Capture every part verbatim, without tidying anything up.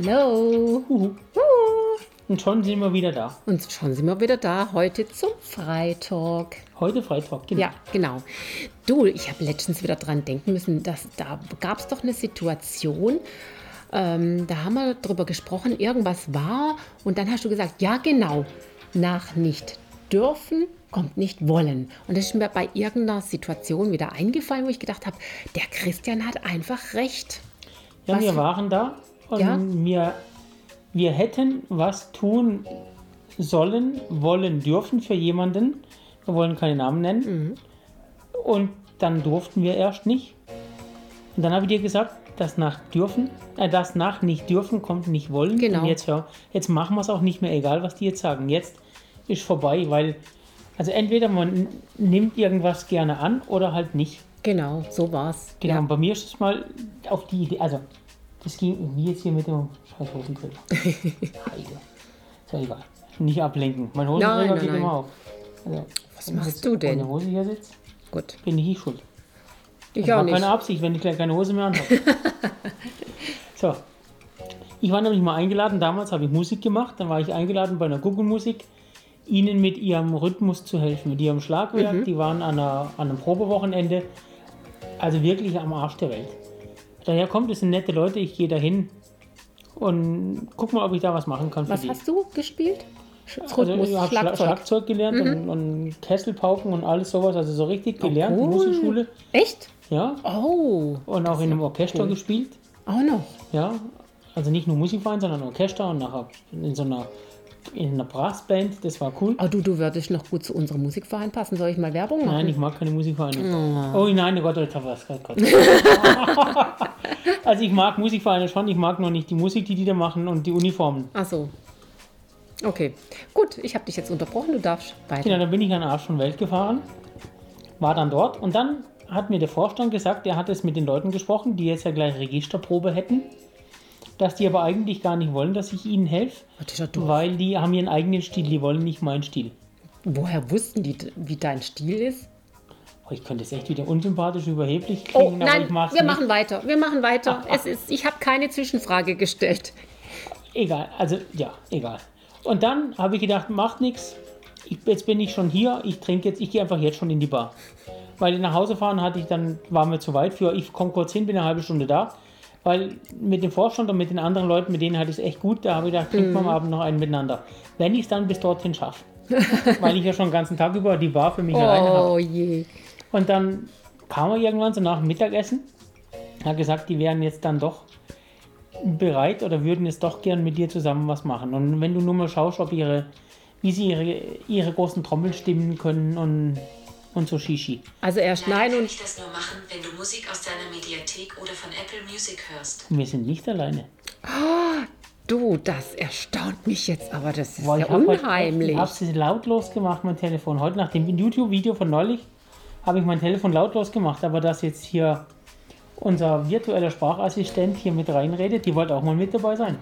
Hallo. Huhu. Und schon sind wir wieder da. Und schon sind wir wieder da, heute zum Freitalk. Heute Freitalk, genau. Ja, genau. Du, ich habe letztens wieder dran denken müssen, dass da gab es doch eine Situation, ähm, da haben wir drüber gesprochen, irgendwas war und dann hast du gesagt, ja genau, nach nicht dürfen kommt nicht wollen. Und das ist mir bei irgendeiner Situation wieder eingefallen, wo ich gedacht habe, der Christian hat einfach recht. Ja, Was? wir waren da und Ja? wir, wir hätten was tun sollen, wollen, dürfen für jemanden. Wir wollen keine Namen nennen. Mhm. Und dann durften wir erst nicht. Und dann habe ich dir gesagt, das nach dürfen, äh, das nach nicht dürfen kommt nicht wollen. Genau. Und jetzt, hör, jetzt machen wir es auch nicht mehr, egal was die jetzt sagen. Jetzt ist vorbei, weil, also entweder man nimmt irgendwas gerne an oder halt nicht. Genau, so war's. Genau, Ja. und bei mir ist es mal auf die Idee, also das ging wie jetzt hier mit dem scheiß Hosenträger. Heide. Ist ja egal. Nicht ablenken. Mein Hosenträger Nein, nein, geht nein. immer auf. Also, Was wenn ich machst jetzt du denn? ohne Hose hier sitze, Gut. bin ich nicht schuld. Ich Das auch war nicht. keine Absicht, wenn ich gleich keine Hose mehr anhabe. So. Ich war nämlich mal eingeladen, damals habe ich Musik gemacht, dann war ich eingeladen bei einer Google-Musik, ihnen mit ihrem Rhythmus zu helfen, mit ihrem Schlagwerk. Mhm. Die waren an, einer, an einem Probewochenende, also wirklich am Arsch der Welt. Daher kommt, es sind nette Leute, ich gehe dahin und guck mal, ob ich da was machen kann für Was die. hast du gespielt? Sch- Also Rhythmus, ich habe Schlagzeug. Schlagzeug. Schlagzeug gelernt und, und Kesselpauken und alles sowas, also so richtig gelernt, cool. Musikschule, Echt? ja, Oh, und auch in einem Orchester cool. gespielt, auch noch. ja, also nicht nur Musikverein, sondern Orchester und nachher in so einer, in einer Brassband, das war cool. Oh, du, du würdest noch gut zu unserem Musikverein passen. Soll ich mal Werbung machen? Nein, ich mag keine Musikvereine. Oh nein, oh Gott, oh Gott, oh Gott. Also ich mag Musikvereine schon, ich mag nur nicht die Musik, die die da machen und die Uniformen. Ach so. Okay, gut. Ich habe dich jetzt unterbrochen. Du darfst weiter. Genau, dann bin ich an den Arsch von Welt gefahren, war dann dort und dann hat mir der Vorstand gesagt, er hat es mit den Leuten gesprochen, die jetzt ja gleich Registerprobe hätten, dass die aber eigentlich gar nicht wollen, dass ich ihnen helfe, Das ist ja doof. weil die haben ihren eigenen Stil, die wollen nicht meinen Stil. Woher wussten die, wie dein Stil ist? Oh, ich könnte es echt wieder unsympathisch, überheblich Oh, klingen, aber nein, ich mach's wir nicht. machen weiter. Wir machen weiter. Es ist, ich habe keine Zwischenfrage gestellt. Egal, also ja, egal. Und dann habe ich gedacht, macht nichts. Jetzt bin ich schon hier, ich trinke jetzt, ich gehe einfach jetzt schon in die Bar. Weil nach Hause fahren hatte ich dann, war mir zu weit für, ich komme kurz hin, bin eine halbe Stunde da. Weil mit dem Vorstand und mit den anderen Leuten, mit denen hatte ich es echt gut, da habe ich gedacht, trinken wir am Abend noch einen miteinander. Wenn ich es dann bis dorthin schaffe. Weil ich ja schon den ganzen Tag über die Bar für mich alleine habe. Oh je. Und dann kam er irgendwann so nach dem Mittagessen, hat gesagt, die wären jetzt dann doch bereit oder würden jetzt doch gern mit dir zusammen was machen. Und wenn du nur mal schaust, ob ihre, wie sie ihre, ihre großen Trommeln stimmen können und, und so Shishi. Also erst Leider nein kann und ich das nur machen, wenn du Musik aus deiner Mediathek oder von Apple Music hörst. Wir sind nicht alleine. du, das erstaunt mich jetzt, aber das ist Boah, ja ich habe unheimlich. Ich habe es lautlos gemacht, mein Telefon. Heute nach dem YouTube-Video von neulich habe ich mein Telefon lautlos gemacht, aber dass jetzt hier unser virtueller Sprachassistent hier mit reinredet, die wollte auch mal mit dabei sein.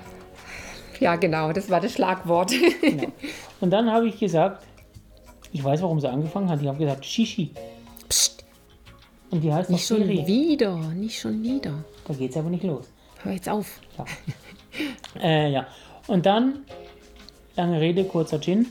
Ja, genau, das war das Schlagwort. Genau. Und dann habe ich gesagt, ich weiß, warum sie angefangen hat. Ich habe gesagt, Shishi. Psst, Und die heißt nicht auch schon Siri. wieder, nicht schon wieder. Da geht es aber nicht los. Hör jetzt auf. Ja. äh, ja. Und dann, lange Rede, kurzer Gin.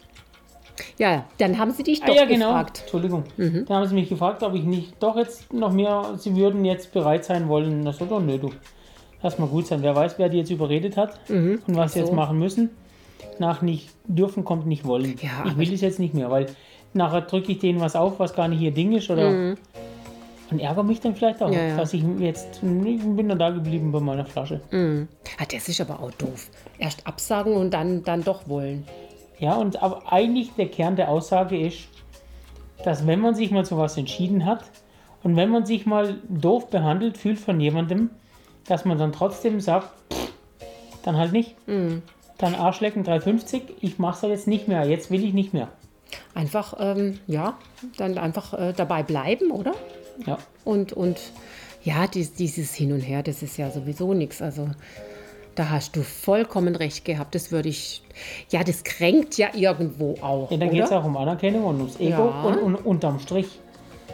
Ja, dann haben sie dich Ah, doch ja, genau. gefragt. Entschuldigung. Dann haben sie mich gefragt, ob ich nicht doch jetzt noch mehr, sie würden jetzt bereit sein wollen. Das so, oh, nö, du. Lass mal gut sein. Wer weiß, wer die jetzt überredet hat und was sie Ach jetzt so. machen müssen. Nach nicht dürfen kommt nicht wollen. Ja, ich aber will es jetzt nicht mehr, weil nachher drücke ich denen was auf, was gar nicht ihr Ding ist. Oder und ärgere mich dann vielleicht auch, Ja, ja. dass ich jetzt, ich bin dann da geblieben bei meiner Flasche. Ah, das ist aber auch doof. Erst absagen und dann, dann doch wollen. Ja, und aber eigentlich der Kern der Aussage ist, dass wenn man sich mal zu was entschieden hat und wenn man sich mal doof behandelt fühlt von jemandem, dass man dann trotzdem sagt, pff, dann halt nicht. Dann Arschlecken drei fünfzig, ich mach's ja jetzt nicht mehr, jetzt will ich nicht mehr. Einfach, ähm, ja, dann einfach äh, dabei bleiben, oder? Ja, Und, und ja, dies, dieses Hin und Her, das ist ja sowieso nichts. Also da hast du vollkommen recht gehabt. Das würde ich, ja, das kränkt ja irgendwo auch, ja dann oder? geht es auch um Anerkennung und ums Ego Ja. und, und unterm Strich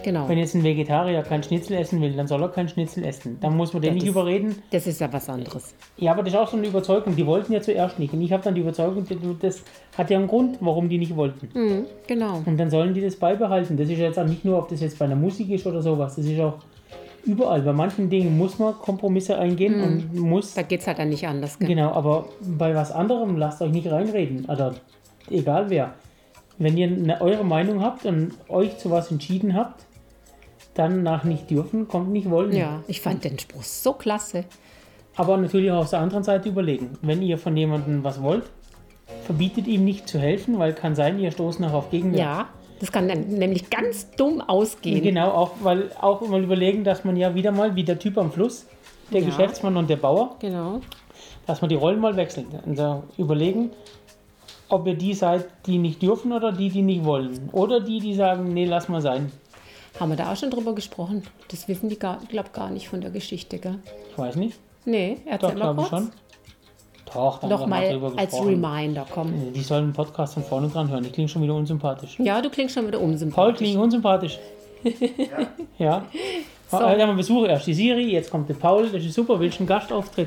Genau. Wenn jetzt ein Vegetarier kein Schnitzel essen will, dann soll er kein Schnitzel essen. Dann muss man den Das nicht ist- überreden. Das ist ja was anderes. Ja, aber das ist auch so eine Überzeugung. Die wollten ja zuerst nicht. Und ich habe dann die Überzeugung, das hat ja einen Grund, warum die nicht wollten. Mhm, genau. Und dann sollen die das beibehalten. Das ist ja jetzt auch nicht nur, ob das jetzt bei der Musik ist oder sowas. Das ist auch überall. Bei manchen Dingen muss man Kompromisse eingehen Mhm. und muss. Da geht es halt dann nicht anders. Gell? Genau, aber bei was anderem lasst euch nicht reinreden. Also egal wer. Wenn ihr eine, eure Meinung habt und euch zu was entschieden habt, dann nach nicht dürfen, kommt nicht wollen. Ja, ich fand den Spruch so klasse. Aber natürlich auch auf der anderen Seite überlegen. Wenn ihr von jemandem was wollt, verbietet ihm nicht zu helfen, weil kann sein, ihr stoßt noch auf Gegenwehr. Ja, das kann dann nämlich ganz dumm ausgehen. Genau, auch weil auch mal überlegen, dass man ja wieder mal, wie der Typ am Fluss, der Ja. Geschäftsmann und der Bauer, Genau. dass man die Rollen mal wechselt. Also überlegen, ob ihr die seid, die nicht dürfen oder die, die nicht wollen. Oder die, die sagen, nee, lass mal sein. Haben wir da auch schon drüber gesprochen? Das wissen die, gar, glaube gar nicht von der Geschichte, gell? Ich weiß nicht. Nee, erzähl Doch, mal glaube ich kurz. schon. Doch, da haben wir Noch mal drüber als gesprochen. Reminder, komm. Die sollen den Podcast von vorne dran hören. Ich klinge schon wieder unsympathisch. Ja, du klingst schon wieder Paul unsympathisch. klingt unsympathisch. Ja. So. So. Heute haben wir Besuch. Erst die Siri, jetzt kommt der Paul. Das ist super. Willst du einen Gastauftritt?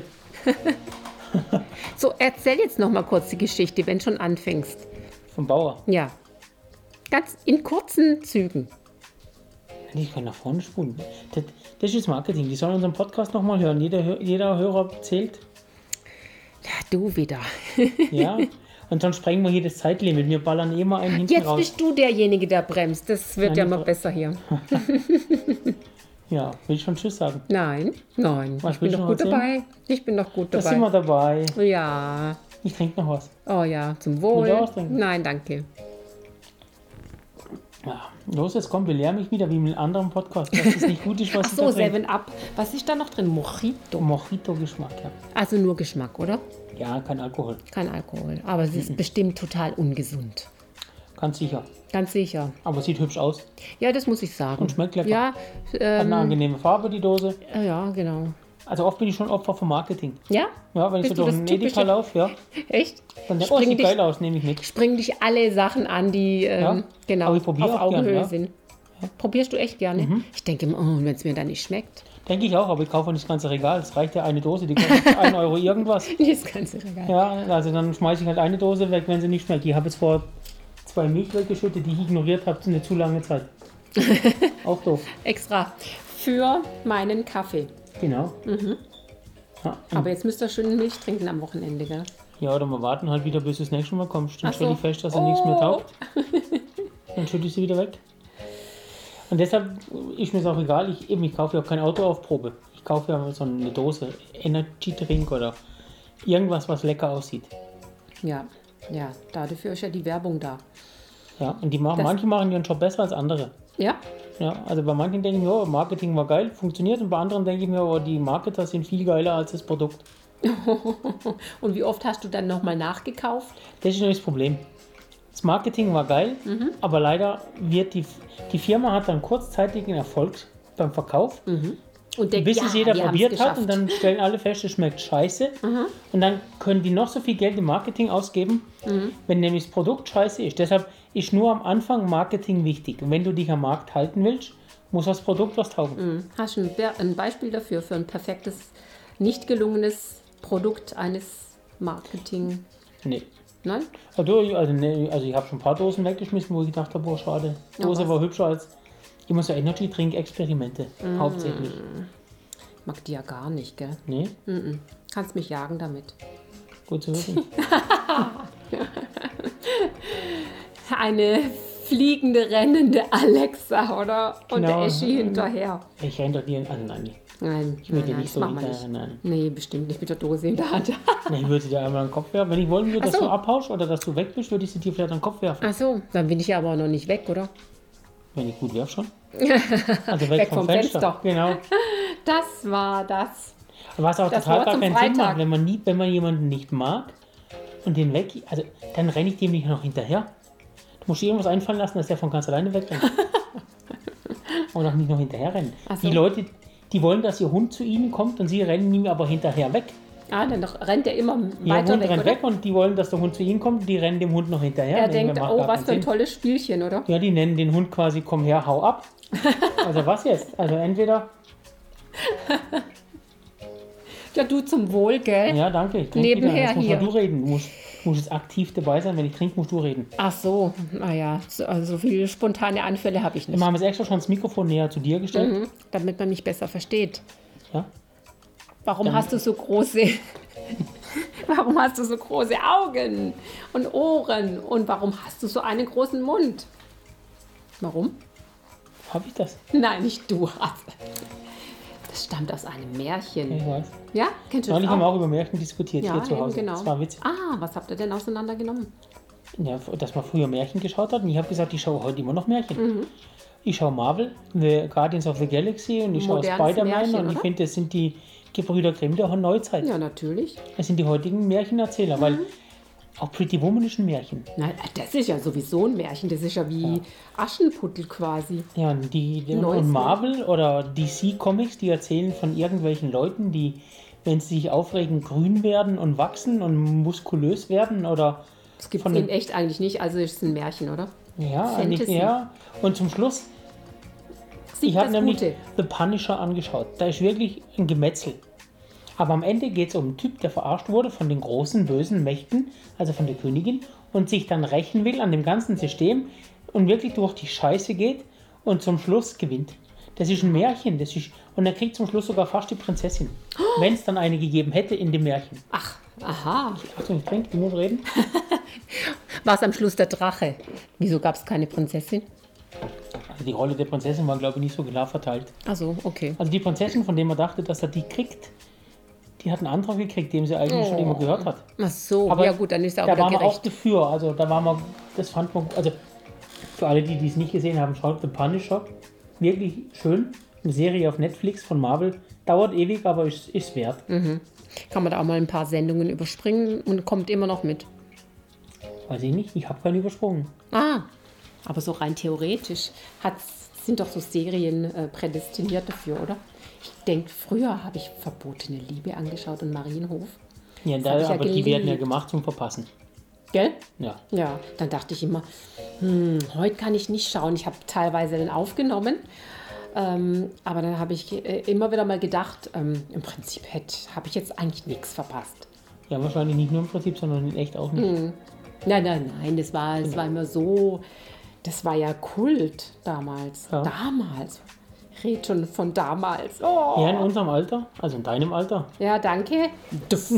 So, erzähl jetzt noch mal kurz die Geschichte, wenn du schon anfängst. Vom Bauer. Ja. Ganz in kurzen Zügen. Ich kann nach vorne spulen. Das, das ist Marketing. Die sollen unseren Podcast nochmal hören. Jeder, Hör- jeder Hörer zählt. Ja, du wieder. Ja. Und dann sprengen wir hier das Zeitlimit. Wir ballern immer einen hinten Jetzt raus. bist du derjenige, der bremst. Das wird Nein, ja die mal Fra- besser hier. Ja, will ich schon Tschüss sagen. Nein, nein. Was Ich bin willst noch du gut noch dabei. Ich bin noch gut Da sind wir dabei. dabei. Ja. Ich trinke noch was. Oh ja, zum Wohl. Will du auch trinken? Nein, danke. Ja. Los, jetzt komm, belehr mich wieder wie mit einem anderen Podcast. Dass es nicht gut ist, was Ach ich so, da trinke. Seven Up. Was ist da noch drin? Mojito. Mojito-Geschmack, ja. Also nur Geschmack, oder? Ja, kein Alkohol. Kein Alkohol. Aber es ist bestimmt total ungesund. Ganz sicher. Ganz sicher. Aber sieht hübsch aus. Ja, das muss ich sagen. Und schmeckt lecker. Ja, Hat ähm, eine angenehme Farbe, die Dose. äh, ja, genau. Also oft bin ich schon Opfer vom Marketing. Ja? Ja, wenn ich Bist so du durch das den Edeka typische- laufe, ja, Echt? dann denke ich, oh, Springen sieht dich, geil aus, nehme ich mit. springen dich alle Sachen an, die ähm, Ja, genau, aber ich probiere auf auch gern, Augenhöhe ja. sind. Probierst du echt gerne? Mhm. Ich denke immer, oh, wenn es mir dann nicht schmeckt. Denke ich auch, aber ich kaufe nicht das ganze Regal. Es reicht ja eine Dose, die kostet ein Euro irgendwas. Das ganze Regal. Ja, also dann schmeiße ich halt eine Dose weg, wenn sie nicht schmeckt. Ich habe jetzt vor zwei Milch weggeschüttet, die ich ignoriert habe, eine zu lange Zeit. Auch doof. Extra für meinen Kaffee. Genau. Ja, Aber jetzt müsst ihr schön Milch trinken am Wochenende, gell? ja, oder wir warten halt wieder, bis du das nächste Mal kommst. Dann Ach stelle so. ich fest, dass er nichts mehr Oh. taugt. Dann schütte ich sie wieder weg. Und deshalb ist mir es auch egal, ich, eben, ich kaufe ja auch kein Auto auf Probe. Ich kaufe ja so eine Dose Energy Drink oder irgendwas, was lecker aussieht. Ja, ja, dafür ist ja die Werbung da. Ja, und die machen, Das- manche machen ihren Job besser als andere. Ja? Ja, also bei manchen denke ich mir, oh, Marketing war geil, funktioniert, und bei anderen denke ich mir, oh, die Marketer sind viel geiler als das Produkt. Und wie oft hast du dann nochmal nachgekauft? Das ist nämlich das Problem. Das Marketing war geil, Mhm. aber leider wird die, die Firma hat dann kurzzeitigen Erfolg beim Verkauf, Und denkt, bis ja, es jeder wir haben's probiert hat, geschafft. und dann stellen alle fest, es schmeckt scheiße. Mhm. Und dann können die noch so viel Geld im Marketing ausgeben, Mhm. wenn nämlich das Produkt scheiße ist. Deshalb ist nur am Anfang Marketing wichtig. Und wenn du dich am Markt halten willst, muss das Produkt was taugen. Mhm. Hast du ein, Be- ein Beispiel dafür, für ein perfektes, nicht gelungenes Produkt eines Marketing? Nee. Nein? Also, also, nee, also ich habe schon ein paar Dosen weggeschmissen, wo ich gedacht habe, boah, schade. Die Ja, Dose was? war hübscher als immer so Energy-Drink-Experimente, Mhm. hauptsächlich. Ich mag die ja gar nicht, gell? Nee, Mhm. Kannst mich jagen damit. gut zu wissen. Eine fliegende, rennende Alexa, oder? Und Genau. der Eschi hinterher. Ich renne doch nie, also nein, Nein, ich würde nein, nein, nicht das so machen wir hinterher, nicht. nein. Nee, bestimmt nicht mit der Dose in der Hand. Nee, ich würde dir einmal an den Kopf werfen. Wenn ich wollen würde, dass Ach so. du abhaust oder dass du weg bist, würde ich sie dir vielleicht an den Kopf werfen. Ach so, dann bin ich ja aber noch nicht weg, oder? Wenn ich gut werfe schon. Also weg, Weg vom, vom Fenster. Fenster. Genau. Das war das. Was auch Das total Wort gar zum keinen Sinn Freitag. macht, wenn man, nie, wenn man jemanden nicht mag und den weg, also dann renne ich dem nicht noch hinterher. Du musst dir irgendwas einfallen lassen, dass der von ganz alleine wegrennt. Und auch nicht noch hinterher rennen. Ach so. Die Leute, die wollen, dass ihr Hund zu ihnen kommt, und sie rennen ihm aber hinterher weg. Ah, dann doch rennt er immer Ihr weiter Hund weg, rennt oder? weg, und die wollen, dass der Hund zu ihnen kommt, die rennen dem Hund noch hinterher. Er Nee, denkt, macht oh, gar was keinen für ein Sinn. tolles Spielchen, oder? Ja, die nennen den Hund quasi, komm her, hau ab. Also was jetzt? Also entweder, Ja, du zum Wohl, gell? ja danke, ich trinke wieder. Nebenher Jetzt musst hier. mal du reden. Du musst, musst jetzt aktiv dabei sein, wenn ich trinke, musst du reden. Ach so, naja, so, also so viele spontane Anfälle habe ich nicht. Wir haben jetzt extra schon das Mikrofon näher zu dir gestellt. Mhm, damit man mich besser versteht. Ja? Warum Dann- hast du so große... Warum hast du so große Augen und Ohren? Und warum hast du so einen großen Mund? Warum? Habe ich das? Nein, nicht du hast. Das stammt aus einem Märchen. Ich weiß. Ja? Kennst du das Neulich haben wir auch? auch über Märchen diskutiert Ja, hier zu eben Hause. genau. Das war witzig. Ah, was habt ihr denn auseinandergenommen? Ja, dass man früher Märchen geschaut hat. Und ich habe gesagt, ich schaue heute immer noch Märchen. Mhm. Ich schaue Marvel, The Guardians of the Galaxy und ich schaue Modernes Spider-Man. Märchen, Und ich oder? finde, das sind die Gebrüder Grimm der Neuzeit. Ja, natürlich. Das sind die heutigen Märchenerzähler, weil auch Pretty Woman ist ein Märchen. Nein, das ist ja sowieso ein Märchen. Das ist ja wie Aschenputtel quasi. Ja, und, die, die, Neues und Marvel oder D C Comics, die erzählen von irgendwelchen Leuten, die, wenn sie sich aufregen, grün werden und wachsen und muskulös werden oder Das gibt es von in den, echt eigentlich nicht. Also ist es ein Märchen, oder? ja, eigentlich, Fantasy. ja. Und zum Schluss, Sieg ich habe das nämlich Gute. The Punisher angeschaut. Da ist wirklich ein Gemetzel. Aber am Ende geht es um einen Typ, der verarscht wurde von den großen bösen Mächten, also von der Königin, und sich dann rächen will an dem ganzen System und wirklich durch die Scheiße geht und zum Schluss gewinnt. Das ist ein Märchen. Das ist, und er kriegt zum Schluss sogar fast die Prinzessin. Wenn es dann eine gegeben hätte in dem Märchen. Ach, aha. Achtung, ich trinke, du musst reden. War es am Schluss der Drache? Wieso gab es keine Prinzessin? Also die Rolle der Prinzessin war, glaube ich, nicht so klar verteilt. Ach so, okay. Also die Prinzessin, von der man dachte, dass er die kriegt, die hat einen Antrag gekriegt, dem sie eigentlich schon immer gehört hat. Ach so, Aber ja gut, dann ist er auch Da wieder waren wir auch gerecht. dafür. Also da waren wir, das fand man, also für alle, die es nicht gesehen haben, schaut The Punisher. Wirklich schön. Eine Serie auf Netflix von Marvel. Dauert ewig, aber ist, ist wert. Kann man da auch mal ein paar Sendungen überspringen und kommt immer noch mit. Weiß ich nicht, ich habe keinen übersprungen. Ah, aber so rein theoretisch hat's, sind doch so Serien äh, prädestiniert dafür, oder? Ich denke, früher habe ich Verbotene Liebe angeschaut und Marienhof. Ja, Das da, hab ich ja aber die werden ja geliebt. gemacht zum Verpassen. Gell? Ja. Ja, dann dachte ich immer, hm, heute kann ich nicht schauen. Ich habe teilweise den aufgenommen, ähm, aber dann habe ich äh, immer wieder mal gedacht, ähm, im Prinzip habe ich jetzt eigentlich nichts verpasst. Ja, wahrscheinlich nicht nur im Prinzip, sondern in echt auch nicht. Hm. Nein, nein, nein, das war, das war immer so, das war ja Kult damals. Ja. Damals. Ich rede schon von damals. Oh. Ja, in unserem Alter, also in deinem Alter. Ja, danke. Duff.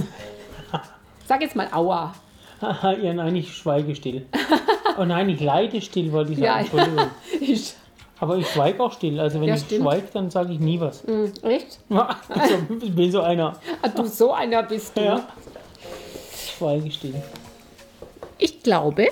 Sag jetzt mal Aua. Haha, ja, nein, ich schweige still. Oh nein, ich leide still, wollte ich sagen. Ja. Entschuldigung. Ich, Aber ich schweige auch still. Also wenn Ja, ich stimmt. schweige, dann sage ich nie was. hm, echt? Also, ich bin so einer. Ah, du, so einer bist du. Ja. Ich schweige still. Ich glaube,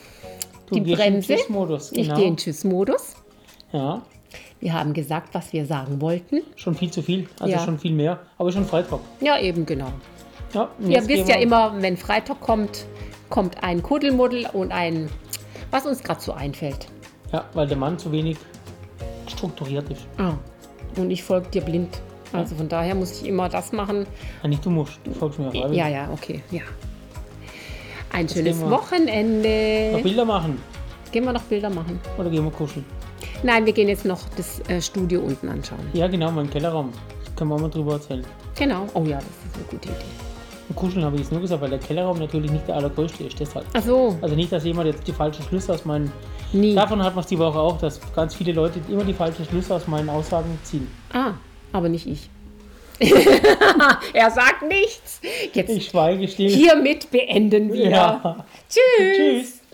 Du Die gehst Bremse. in Tschüss-Modus. ich Genau. gehe in Tschüss-Modus. Ja, Wir haben gesagt, was wir sagen wollten. schon viel zu viel. Also Ja. schon viel mehr. Aber schon Freitag. Ja, eben genau. Ja, und Ihr jetzt wisst gehen ja wir- immer, wenn Freitag kommt, kommt ein Kuddelmuddel und ein, was uns gerade so einfällt. Ja, weil der Mann zu wenig strukturiert ist. Ah. Und ich folge dir blind. Also von daher muss ich immer das machen. Ja, nicht du musst. Du folgst mir freiwillig. Ja, ja, okay, ja. Ein gehen schönes wir. Wochenende. Noch Bilder machen. Gehen wir noch Bilder machen? Oder gehen wir kuscheln? Nein, wir gehen jetzt noch das äh, Studio unten anschauen. Ja, genau, mein Kellerraum. Da können wir mal drüber erzählen. Genau. Oh ja, das ist eine gute Idee. Und kuscheln habe ich jetzt nur gesagt, weil der Kellerraum natürlich nicht der allergrößte ist. Deshalb. Ach so, Also nicht, dass jemand jetzt die falschen Schlüsse aus meinen... nie. Davon hat man es die Woche auch, dass ganz viele Leute immer die falschen Schlüsse aus meinen Aussagen ziehen. Ah, aber nicht ich. Er sagt nichts. Jetzt Ich schweige still. hiermit beenden wir. Ja. Tschüss. Tschüss.